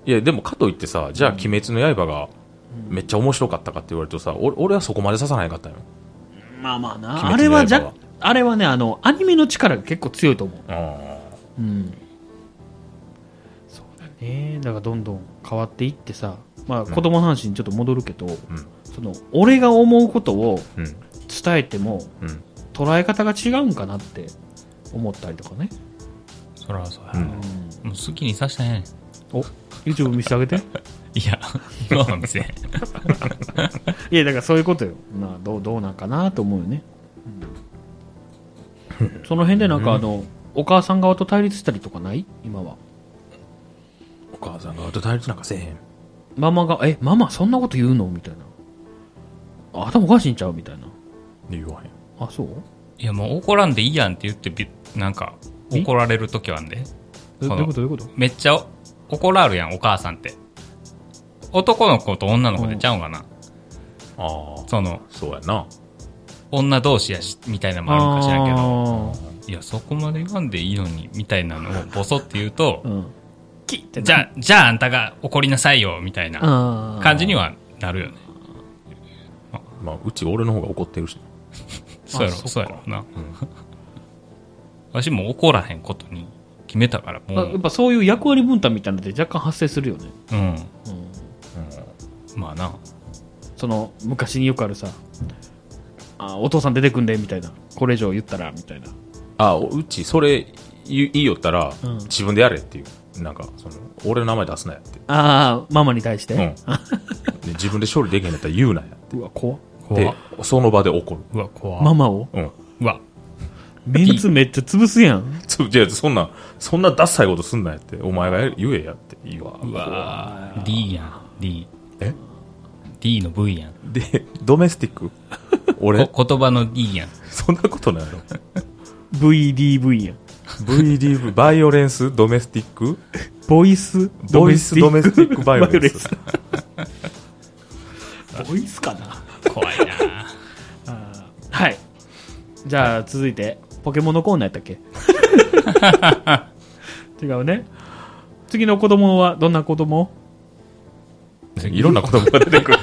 いやでもかといってさじゃあ鬼滅の刃がめっちゃ面白かったかって言われるとさ、俺, 俺はそこまで刺さないかったよ。 まあまあな、あれはじゃあれはねあのアニメの力が結構強いと思う。あ、うん、そうだね。だからどんどん変わっていってさ、まあ子供の話にちょっと戻るけど、うん、その俺が思うことを伝えても、うん、捉え方が違うんかなって思ったりとかね。 そらそうや、うん、もう好きにさせたへん。 お YouTube 見せてあげて。 いや今は見せへん。 いやだからそういうことよ。まあどうどうなんかなと思うよね。 その辺でなんかあの、うん、お母さん側と対立したりとかない今は。 お母さん側と対立なんかせえへん。 ママが、え、ママそんなこと言うのみたいな。頭おかしいんちゃうみたいな。 言わへん。 あ、そう？ いやもう怒らんでいいやんって言ってび、なんか怒られるときはんで。 どういうことどういうこと？ めっちゃ怒られるやん、お母さんって。男の子と女の子でちゃうんかな。 ああ。 その、 そうやな。 女同士やし、みたいなのもあるんか知らんけど、いや、そこまで言わんでいいのに、みたいなのをボソって言うと、うん、じゃあ、じゃああんたが怒りなさいよ、みたいな感じにはなるよね。 あまあ、うち俺の方が怒ってるし。 そうやろ、そうやろな。うん、私も怒らへんことに決めたから、 もう。やっぱそういう役割分担みたいなので若干発生するよね。 うん。うんうん、まあな。 その、昔によくあるさ、あお父さん出てくんでみたいな、これ以上言ったらみたいな。 あうちそれ言いよったら、うん、自分でやれっていう、なんかその俺の名前出すなやって。 ああママに対して、うん、 で自分で処理できへんやったら言うなやって。 うわ怖っ。 でその場で怒る。 うわ怖っ。 ママを、 うん、 うわメンツめっちゃ潰すやん。 つじゃそんなそんなダッサいことすんなやって、お前が言えやって言うわ。 うわ D やん D。 え D の V やん。 でドメスティック俺言葉の D やん。 そんなことないの。 ブイディーブイ やん。 ブイディーブイ バイオレンスドメスティックボイスボイスドメスティックバイオレンスボイスかな。 怖いなあはい。じゃあ続いてポケモンのコーナーやったっけ違うね。次の子供はどんな子供？ いろんな子供が出てくる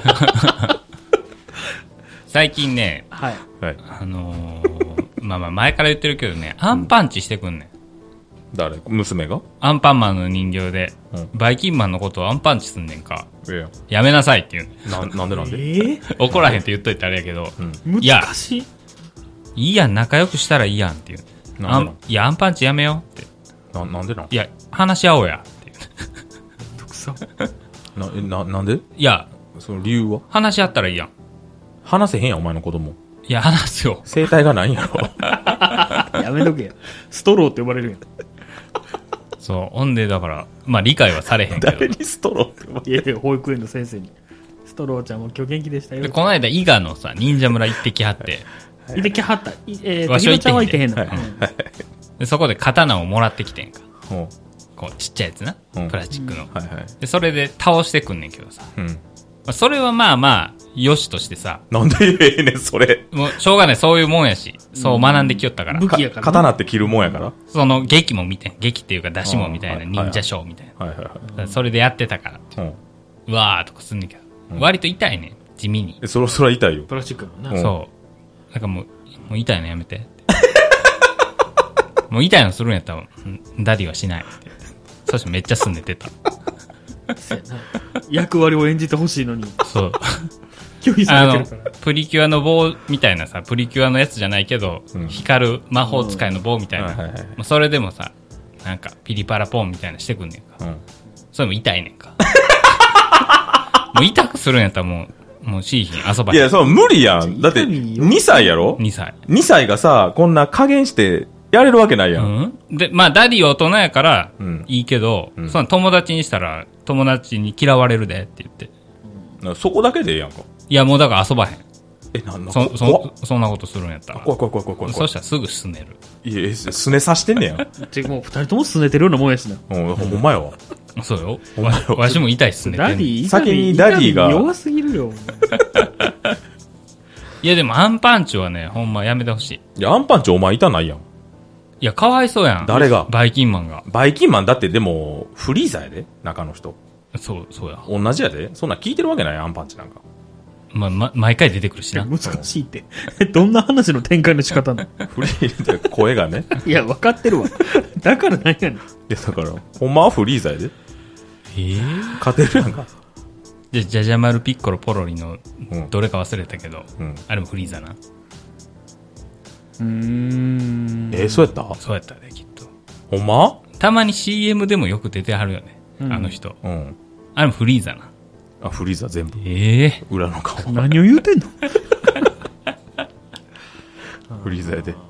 最近ね、 はい、 あのー、まあまあ前から言ってるけどね、アンパンチしてくんねん。 誰？娘が？ アンパンマンの人形で、うん、バイキンマンのことをアンパンチすんねんか。 いややめなさいって言うねん。な、なんでなんで、 えー、怒らへんって言っといてあれやけど、 うん、難しい。 いいやん、仲良くしたらいいやんって言う。 なんでなん？ いや、アンパンチやめようって。 な、なんでなん？ いや、話し合おうやって言う。 どくさ。 な、え、な、なんで？ いや、 その理由は？ 話し合ったらいいやん。 話せへんやん、お前の子供。 いや、話すよ。 生態がないんやろ。 やめとけや。ストローって呼ばれるやん。 そう、ほんで、だから、まあ理解はされへんけど。 誰にストローって呼ばれる？ いやいや、保育園の先生に。ストローちゃんも今日元気でしたよ。 で、この間、伊賀のさ、忍者村行ってきはって。 行ってきはった。えー、 わしはひろちゃんは行ってへんの。 で、そこで刀をもらってきてんか。こう、ちっちゃいやつな。 うん、 プラスチックの、 うんはいはい。 で、それで倒してくんねんけどさ。 うん。 まあ、それはまあまあ、よしとしてさ。 なんで言えねん、それ。 もう、しょうがない、そういうもんやし。そう学んできよったから。 武器やから。 刀って切るもんやから。 その、劇も見てん。劇っていうか、出しもみたいな、忍者ショーみたいな。 はいはいはい。 それでやってたからって。うん、うわーとかすんねんけど。うん、割と痛いねん。地味に。 え、そろそろ痛いよ。 プラスチックもな。 そう。なんかもう、もう痛いのやめて。もう痛いのするんやったら、ダディはしないって言って。そしてめっちゃすんでてた。 役割を演じてほしいのに。 そう。 拒否されてるから。 プリキュアの棒みたいなさ、プリキュアのやつじゃないけど、うん、光る魔法使いの棒みたいな。うんはいはいはい、それでもさ、なんかピリパラポンみたいなしてくんねんか。うん、それも痛いねんか。もう痛くするんやったらもう、もうしいひん遊ばへん。 いや、そう無理やん。だって、にさいやろ ? に 歳。 にさいがさ、こんな加減してやれるわけないやん。 うん、で、まあ、ダディは大人やから、いいけど、うん、その友達にしたら、友達に嫌われるでって言って。 うん、そこだけでええやんか。 いや、もうだから遊ばへん。 え、なんだそ、そ、そんなことするんやったら。 怖い怖い怖い怖い怖い。 そしたらすぐすねる。 いや、すねさしてんねやん。 もう二人ともすねてるようなもんやしな。 うん、ほんまやわ。 そうよ。わ, わしも痛いっすね。 ダディ先にダディが。 弱すぎるよ。 いやでもアンパンチはね、ほんまやめてほしい。 いや、アンパンチお前痛ないやん。 いや、かわいそうやん。 誰が？ バイキンマンが。 バイキンマンだってでも、フリーザやで、中の人。 そう、そうや。 同じやで。そんな聞いてるわけないアンパンチなんか。 まあ、ま、毎回出てくるしな。 難しいって。どんな話の展開の仕方なの？ フリーザ、声がね。 いや、分かってるわ。だから何やねん。いや、だから、ほんまはフリーザやで。 えぇ、 ー、勝てるやんか。 じゃ、ジャジャマルピッコロポロリの、どれか忘れたけど、うん、あれもフリーザな。 うーん。 えー、そうやった？ そうやったね、きっと。 ほんま？ たまに シーエム でもよく出てはるよね。うん、あの人。うん。あれもフリーザな。 あ、フリーザ全部。 ええー。裏の顔。 何を言うてんの？ フリーザやで。 で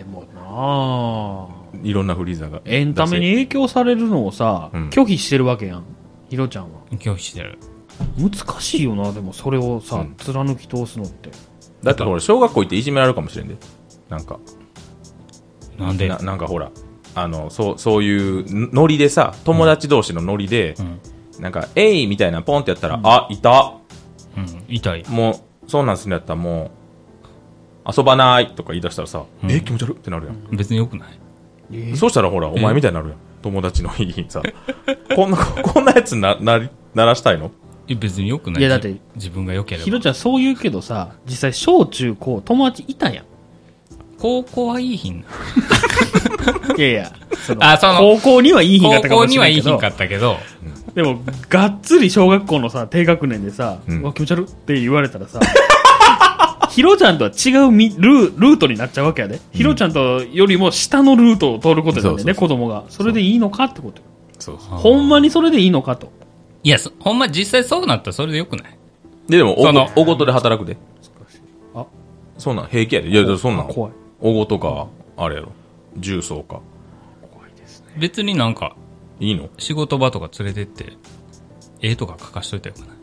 でもなぁ。 いろんなフリーザが。 エンタメに影響されるのをさ、うん、拒否してるわけやん。ヒロちゃんは。 拒否してる。 難しいよな、でもそれをさ、うん、貫き通すのって。 だってほら、小学校行っていじめられるかもしれんで。なんか。 なんでな, なんかほら、あの、そう、そういうノリでさ、友達同士のノリで、うんうん、なんか、えいみたいなポンってやったら、うん、あ、いた。 うん、痛い。 もう、そんなんすんのやったらもう、遊ばないとか言い出したらさ、うん、え、気持ち悪ってなるやん。 別によくない、 えー、そうしたらほら、お前みたいになるやん。友達のいいさ。こんな、こんなやつな、なり、ならしたいの？ 別によくない。 いやだって自分が良ければ。 ひろちゃんそう言うけどさ、実際小中高友達いたやん。 高校はいいひんな。 いやいや、そのあ、その高校にはいいひんかったかもしれないけど。 高校にはいいひんかったけど。 でもがっつり小学校のさ低学年でさ、うん、わ気持ち悪って言われたらさ、ひろちゃんとは違うみルールートになっちゃうわけやで。ひろちゃんとよりも下のルートを通ることなんだよね、子供が。それでいいのかってこと。 そうそう。 ほんまにそれでいいのかと。 いや、ほんま実際そうなったらそれでよくない？ で、でも、おご、おごとで働くで。あ、そんなん平気やで。いや、そんなん。怖い。おごとか、あれやろ。重曹か。 怖いですね。別になんか、 いいの？ 仕事場とか連れてって、絵とか描かしといたらよくない？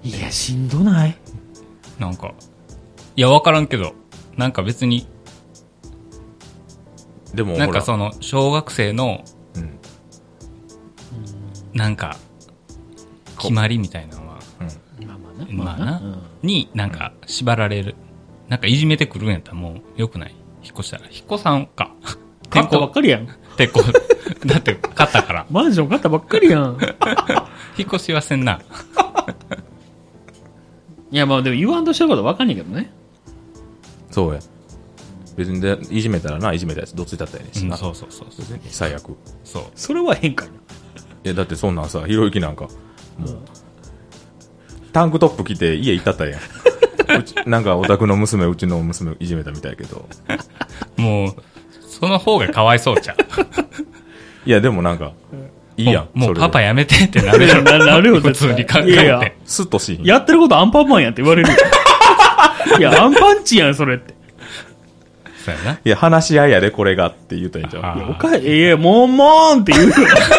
いや、しんどない？ なんか、いや、わからんけど、なんか別に、 でも、 なんかその、小学生の、うん、なんか、決まりみたいなのは、うん、まあまあな、まあな、うん、になんか縛られる、なんかいじめてくるんやったらもうよくない？引っ越したら引っ越さんか。 買ったばっかりやん。 てこだって買ったから。 マンション買ったばっかりやん。 引っ越しはせんな。 いやまあでも言わんとしてることは分かんないけどね。 そうや。別にでいじめたらないじめたやつどっついたったやねんしな、 うん、そうそうそうそう。 最悪。 そう。 それは変かな。いやだってそんなんさ、ひろゆきなんかもう、うん、タンクトップ着て家行ったったやん。うちなんかお宅の娘うちの娘いじめたみたいやけど。 もうその方がかわいそうちゃう。 いやでもなんかいいやん。 もうパパやめてってなるよ。 なるよ普通に考えて。いやいやスッとしやってることアンパンマンやって言われるよ。いやアンパンチやんそれって。 そうやな。 いや話し合いやでこれがって言うたんやんじゃん。 いやおかいやもんもんって言うよ。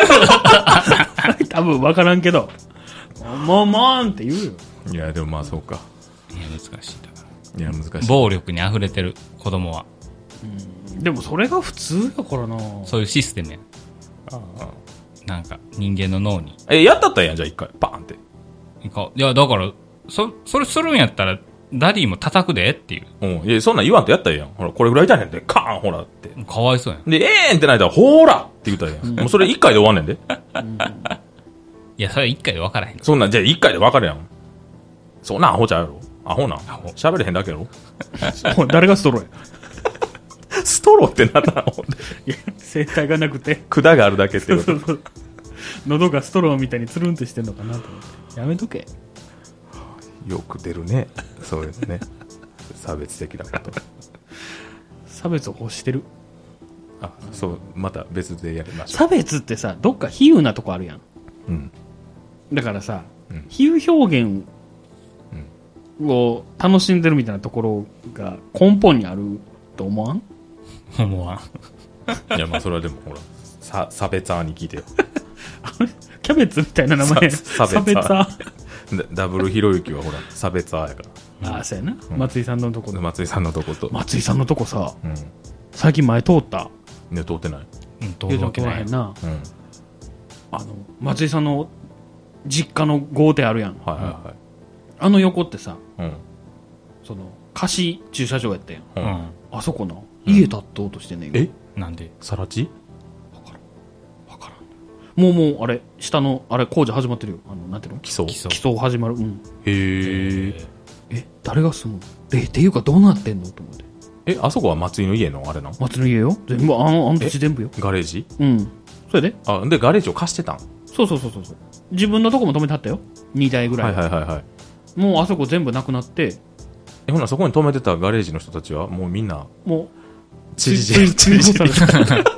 多分分からんけどもんもんって言うよ。 いやでもまあそうか。 いや難しいだから。 いや難しい。 暴力に溢れてる子供は。 うんでもそれが普通だからな。 そういうシステムやん。ああなんか人間の脳に。 えやったったやんじゃあ一回バーンって。 いやだからそそれするんやったらダディも叩くでっていう。 うんいやそんなん言わんとやったらやん。ほらこれぐらい痛いねんでカーンほらって。 かわいそうやん。 でええーんってないたらほーらって言ったらやん。もうそれ一回で終わんねんで。うん、 いやそれ一回で分からへん。 そんなんじゃあ一回で分かるやん。そんなんアホちゃうやろ。アホなん喋れへんだけやろ。 誰がストローや。 ストローってなんだろう。 いや声帯がなくて管があるだけってこと。そうそうそう喉がストローみたいにつるんとしてんのかなと思ってやめとけ。 よく出るねそういうね差別的なこと。 差別を欲してる。 あそうまた別でやりましょう。 差別ってさどっか比喩なとこあるやん、うん、だからさ、うん、比喩表現を楽しんでるみたいなところが根本にあると思わん？ 思わん。いやまあそれはでもほらさ差別アーに聞いてよ。 キャベツみたいな名前。差別アー。ダブルひろゆきはほら差別アーやから。ああそうやな、うん、松井さんのところ。 松井さんのとこと松井さんのとこさ、うん、最近前通った。 ね通ってない。 うん通るわけない。 へんな、うん、あの松井さんの実家の豪邸あるやん。はいはいはい。あの横ってさ、うん、その貸し駐車場やったやん、うん、あそこな、うん、家建とうとしてんねん。 えなんでさら地わからんわからん。もうもうあれ下のあれ工事始まってるよ。あのなんていうの基礎基礎始まる。うん。 へえ。 え誰が住むえっていうかどうなってんのと思って。 えあそこは松井の家のあれなの？ 松井の家よ全部。あのあの土地全部よ。 ガレージ。 うんそれであでガレージを貸してたん。 そうそうそうそう。自分のとこも止めてはったよにだいぐらい。 はいはいはいはい。 もうあそこ全部なくなって。 えほなそこに止めてたガレージの人たちはもうみんなもう知事知事知事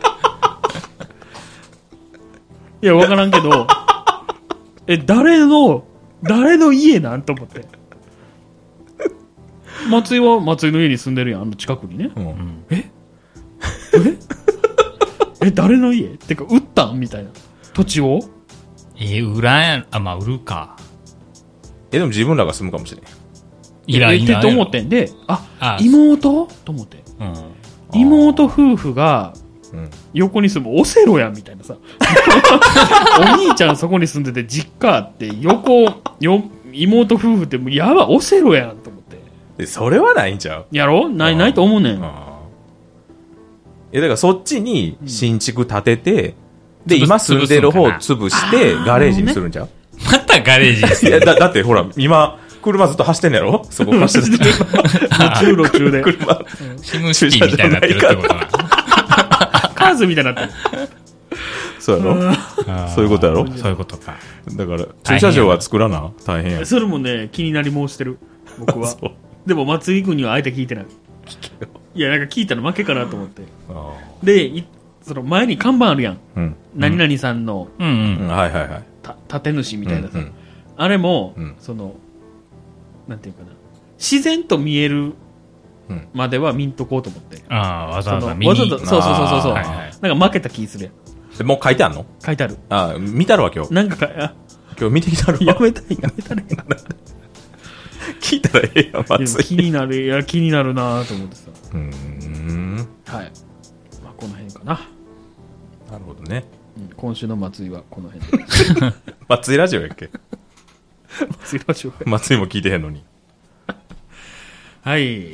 いや分からんけどえ誰の誰の家なんと思って。松井は松井の家に住んでるやんあの近くにね、うん、えええ、誰の家ってか、売ったんみたいな。土地をえー、売らん、あ、まあ、売るか。 え、でも自分らが住むかもしれん。 いらいらん。って思ってんで、あ、あ妹と思って。うん。妹夫婦が、横に住むオセロやみたいなさ。お兄ちゃんそこに住んでて実家あって、横、よ、妹夫婦ってもうやば、オセロやんと思って。 え、それはないんちゃう？ やろ？ない、ないと思うねん。 え、だからそっちに新築建てて、で、今住んでる方を潰して、ガレージにするんちゃう？ またガレージにする。 いや、だ、だってほら、今、車ずっと走ってんのやろ？そこ走ってる。 路中路中で。 車。 シムシティみたいになってるってことな。 カーズみたいになってる。 そうやろ？そういうことやろ？ そういうことか。 だから、駐車場は作らな大変や。 それもね、気になり申してる。僕は。でも、松井君にはあえて聞いてない。いや、なんか聞いたの負けかなと思って。で、いその前に看板あるやん。うん、何々さんの、 うんうん、はいはいはい。 た建主みたいなさ。うんうん、あれも、うん、その、なんていうかな。自然と見えるまでは見んとこうと思って。 ああ、わざわざ見に。 わざわざ、そうそうそうそう。はいはい、なんか負けた気するやん。 でもう書いてあんの？ 書いてある。 ああ、見たるわ今日。 なんかか、あ今日見てきたるわ。 やめたい、やめたらええな。 聞いたらええやん、松井。 気になる、いや、気になるなと思ってさ。 うーん。 はい。まあ、この辺かな。 なるほどね。 うん、今週の松井はこの辺で。 松井ラジオやっけ？ 松井ラジオや。 松井も聞いてへんのに。 はい。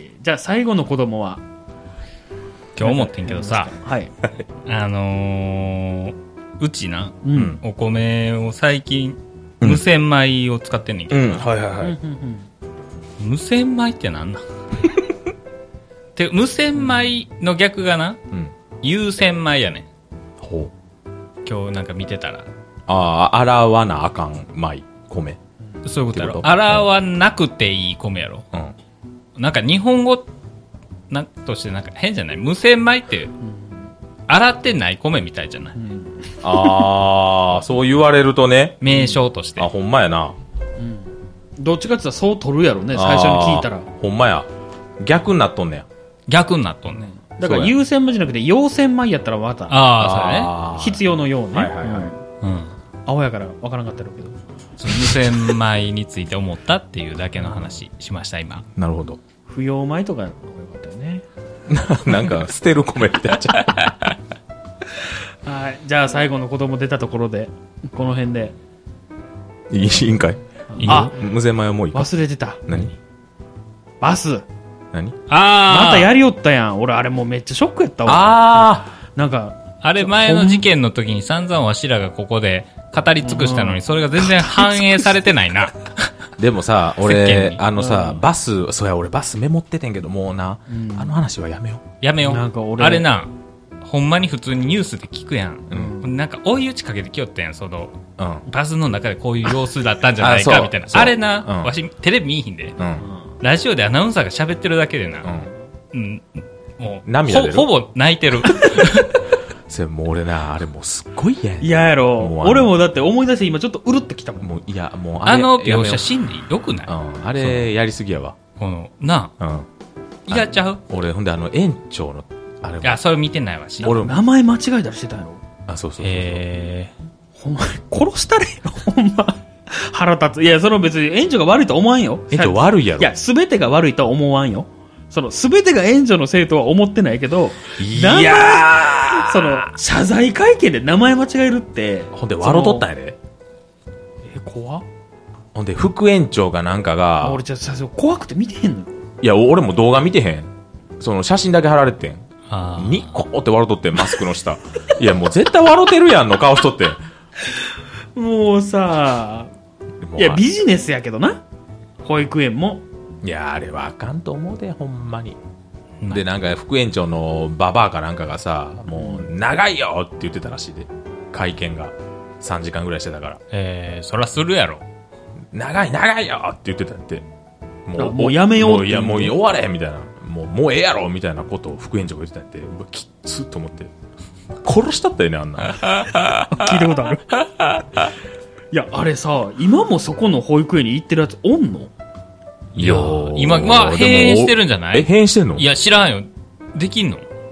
じゃあ最後の子供は今日思ってんけどさ、 はい。 あのー、うちな、うん、お米を最近、無洗米を使ってんねんけど、 うんうん、はいはいはい。 無洗米ってなんなんて無洗米の逆がな、うん、有洗米やねん。ほう。今日なんか見てたら。 ああ、洗わなあかん米、米。 そういうことやろ。洗わなくていい米やろ。うん。なんか日本語なとしてなんか変じゃない？無洗米って、洗ってない米みたいじゃない？うん、 ああ、そう言われるとね。 名称として。 あ、ほんまやな。 うん。どっちかって言ったらそう取るやろね、最初に聞いたら。 ほんまや。逆になっとんねや。 逆になっとんねん。 だから有洗米じゃなくて陽洗米やったらまた。 ああ、そうね。 必要のようね。 はいはいはい。 うん。青やから分からなかったけど。 その無洗米について思ったっていうだけの話しました今。 なるほど。 不要米とかの方がよかったよね。 なんか捨てる米みたいなっちゃう。はい。じゃあ最後の子供出たところでこの辺でいいんかい？あ、無洗米はもういいか。 忘れてた。 何？ バス。 何？ ああ。またやりよったやん。俺あれもうめっちゃショックやったわ。 ああ。 なんかあれ前の事件の時に散々わしらがここで語り尽くしたのに、それが全然反映されてないな。 でもさ、俺、あのさ、うん、バス、そうや、俺バスメモっててんけど、もうな、うん、あの話はやめよう。やめよう。なんか俺あれな、ほんまに普通にニュースで聞くやん。うん、なんか追い打ちかけてきよったやん、その、うん、バスの中でこういう様子だったんじゃないか、みたいな。あ, あれな、うん、わし、テレビ見いひんで、うん、ラジオでアナウンサーが喋ってるだけでな、うん、うん、もう涙出るほ, ほぼ泣いてる。 それもう俺な、あれもうすっごい嫌やねん。 嫌やろ。俺もだって思い出して今ちょっとうるっときたもん。 もういや、もうあれ。あの描写心理よくない？ うん。あれやりすぎやわ。 この、なあ。うん。いやっちゃう？ 俺、ほんであの園長の、あれも。 いや、それ見てないわし。 俺、名前間違えたりしてたやろ。 あ、そうそうそう。 へー。ほんま、殺したれよ、ほんま。腹立つ。いや、その別に園長が悪いとは思わんよ。 園長悪いやろ。 いや、すべてが悪いとは思わんよ。その、すべてが園長のせいとは思ってないけど、 いやーその、謝罪会見で名前間違えるって、 ほんで、笑うとったんやで。 え、怖っ。 ほんで、副園長がなんかが、 俺じゃあ、怖くて見てへんのよ。 いや、俺も動画見てへん。その、写真だけ貼られてん。ニッコーって笑うとって、マスクの下。いや、もう絶対笑うてるやんの顔しとって。 もうさ、いや、ビジネスやけどな。保育園も。 いや、あれはあかんと思うで、ほんまに。で、なんか、副園長のババアかなんかがさ、もう、長いよって言ってたらしいで。会見が。さんじかんぐらいしてたから。 えー、そらするやろ。 長い、長いよって言ってたって。 もう、もうやめようって。 いや、もう終われみたいな。もう、もうええやろみたいなことを副園長が言ってたって。うわ、きっつと思って。殺したったよね、あんな。 聞いたことある。いや、あれさ、今もそこの保育園に行ってるやつおんの？ いやー、今、まあ、閉園してるんじゃない？ え、閉園してんの？ いや、知らんよ。できんの？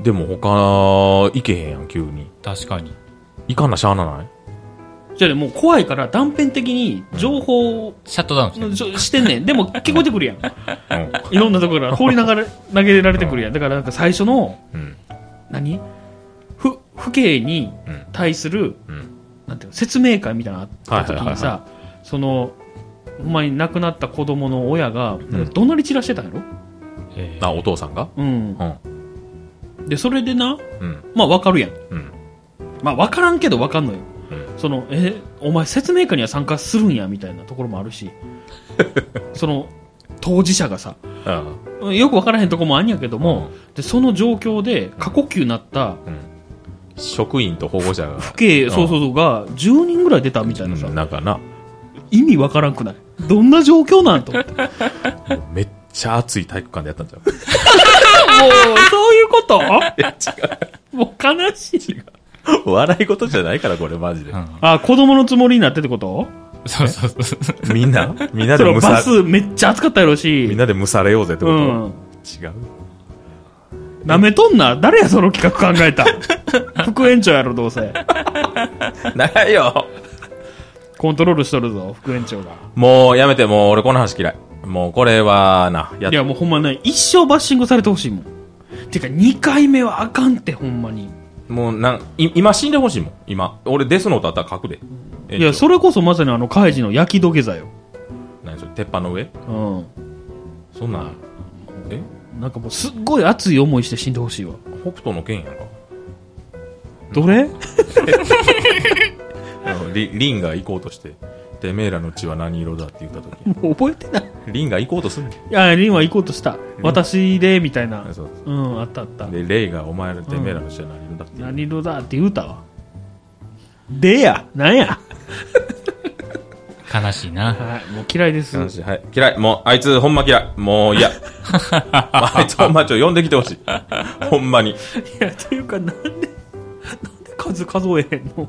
でも他行けへんやん急に。 確かに行かんなしゃあなない。 じゃあもう怖いから断片的に情報をシャットダウンしてるししてんねん。でも聞こえてくるやん、うん、いろんなところから放りながら投げられてくるやん。だからなんか最初の、うん、何ふ父兄に対する、うん、なんていうの説明会みたいなのあった時にさ、そのほんまに亡くなった子供の親が、うん、怒鳴り散らしてたんやろ、 えー、あお父さんが、 うん、うん、でそれでな、うん、まあ分かるやん、うん、まあ分からんけど分かんのよ、うん、そのえお前説明会には参加するんやみたいなところもあるしその当事者がさ、うん、よく分からへんとこもあんやけども、うん、でその状況で過呼吸になった、うん、 職員と保護者が父兄、そうそうそうがじゅうにんぐらい出たみたいなさ、うん、 なんかな意味わからんくない？どんな状況なんと思ってめっちゃ暑い体育館でやったんちゃうもうそういうこといや違うもう悲しい。違う笑い事じゃないからこれマジで、うん、 あ子供のつもりになってってこと？ そうそうそうみんなみんなでむさバスめっちゃ暑かったやろしみんなでむされようぜってこと、うん、違うなめとんな。誰やその企画考えた副園長やろどうせ長いよコントロールしとるぞ副園長が。 もうやめて、もう俺この話嫌い。もうこれはなやいやもうほんまね一生バッシングされてほしいもん。てかにかいめはあかんってほんまに。 もうなん今死んでほしいもん。今俺デスノートあったら書くで、 うん、いやそれこそまさにあのカイジの焼き土下座よ。 何それ鉄板の上、うん、そんなえなんかもうすっごい熱い思いして死んでほしいわ。 北斗の剣やんか。 どれリ, リンが行こうとしててめえらの血は何色だって言った時もう覚えてない。 リンが行こうとする。いやリンは行こうとした私でみたいな。そうそう、うん、あったあった。 でレイがお前らてめえらの血は何色だって、うん、 何色だって言うたわ。でやなんや悲しいな、 はい、もう嫌いです。 悲しい、はい、嫌い。もうあいつほんま嫌い。もう嫌あいつほんまちょ呼んできてほしいほんまに。いやっていうかなんでなんで数数えへんの。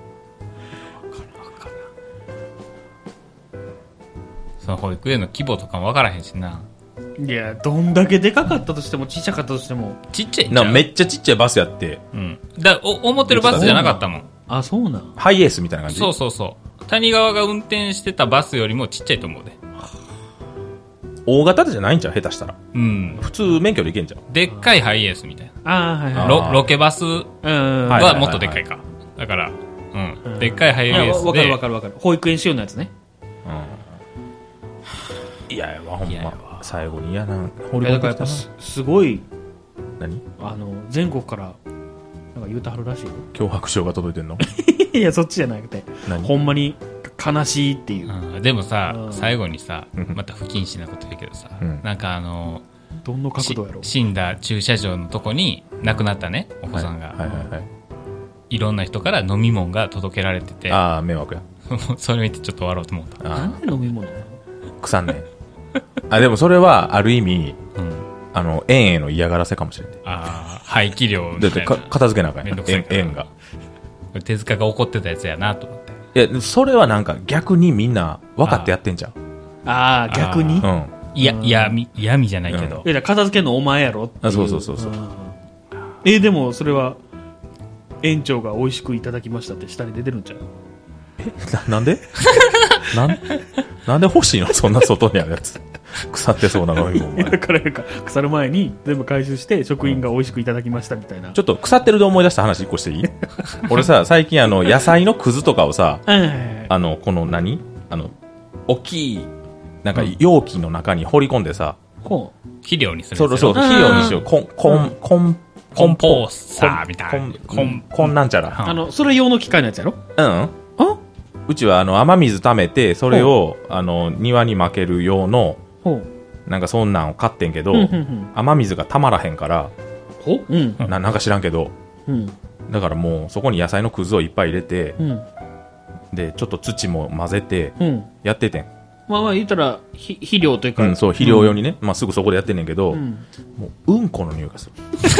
その保育園の規模とかも分からへんしな。 いやどんだけでかかったとしてもちっちゃかったとしてもちっちゃいな。めっちゃちっちゃいバスやって、 うん、だお思ってるバスじゃなかったもん。 あそうなん。 ハイエースみたいな感じ。 そうそうそう。谷川が運転してたバスよりもちっちゃいと思うで。 大型じゃないんちゃう下手したら、 うん、 普通免許でいけんじゃん。 でっかいハイエースみたいな。あ、はいはい、 ロ, ロケバスはもっとでっかいか。だから、うん、でっかいハイエースで。 わかるわかるわかる。保育園仕様のやつね。 うん、いやいやほんま最後に嫌な掘り込んできたな。だからやっぱ す, すごい何あの全国からなんか言うてはるらしいよ。 脅迫状が届いてんのいやそっちじゃなくてほんまに悲しいっていう、 うん、でもさ、うん、最後にさまた不謹慎なこと言うけどさ、うん、なんかあのどんな角度やろ。 死んだ駐車場のとこに亡くなったねお子さんが、はいはいはいはい、いろんな人から飲み物が届けられてて。 ああ迷惑やそれ見てちょっと笑おうと思った。 なんで飲み物腐んねんあでもそれはある意味、うん、あの園への嫌がらせかもしれない。 ああ廃棄量みたいな。だって片付けなあかんやん園が。 手塚が怒ってたやつやなと思って。 いやそれはなんか逆にみんな分かってやってんじゃん。 ああ逆に、うん、 いや嫌味嫌味じゃないけど、 うん、いや片付けるのお前やろっていう。 あそうそうそうそう、うん、 えー、でもそれは園長が美味しくいただきましたって下に出てるんちゃう。 え な, なんでなんなんで欲しいのそんな外にあるやつ腐ってそうな飲み物。 だから腐る前に全部回収して職員が美味しくいただきましたみたいな、うん、 ちょっと腐ってるで思い出した話一個していい俺さ最近あの野菜のくずとかをさあのこの何あの大きいなんか容器の中に放り込んでさ、 うん、肥料にする。 そうそう肥料にしよう。コンコンコンコンポーサーみたいなコンコンなんちゃら、 あのそれ用の機械のやつやろ。 うんうちはあの雨水溜めてそれをあの庭にまける用のなんかそんなんを買ってんけど、うんうんうん、雨水がたまらへんからほ、うん、 な, なんか知らんけど、うん、だからもうそこに野菜のくずをいっぱい入れて、うん、でちょっと土も混ぜてやっててん、うん、 まあまあ言ったら肥料というか、 うん、そう肥料用にね、うんまあ、すぐそこでやってんねんけど、うん、もううんこの匂いがする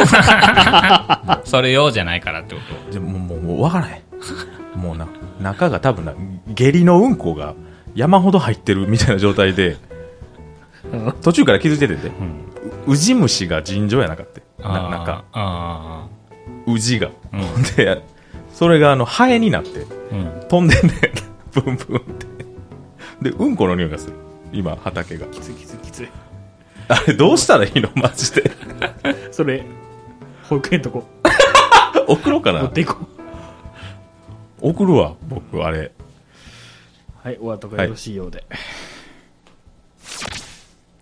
それ用じゃないからってこと。 でももうもう分からへんもうな中が多分な下痢のうんこが山ほど入ってるみたいな状態で途中から気づいててんで、うん、ウジ虫が尋常やなかった。 ななんかあ宇治が、うん、でそれがあのハエになって、うん、飛んでんねブンブンってでうんこの匂いがする今畑がきついきついきついあれどうしたらいいのマジでそれ保育園とこ送ろうかな持っていこう送るわ僕あれはいお後がよろしいようで、はい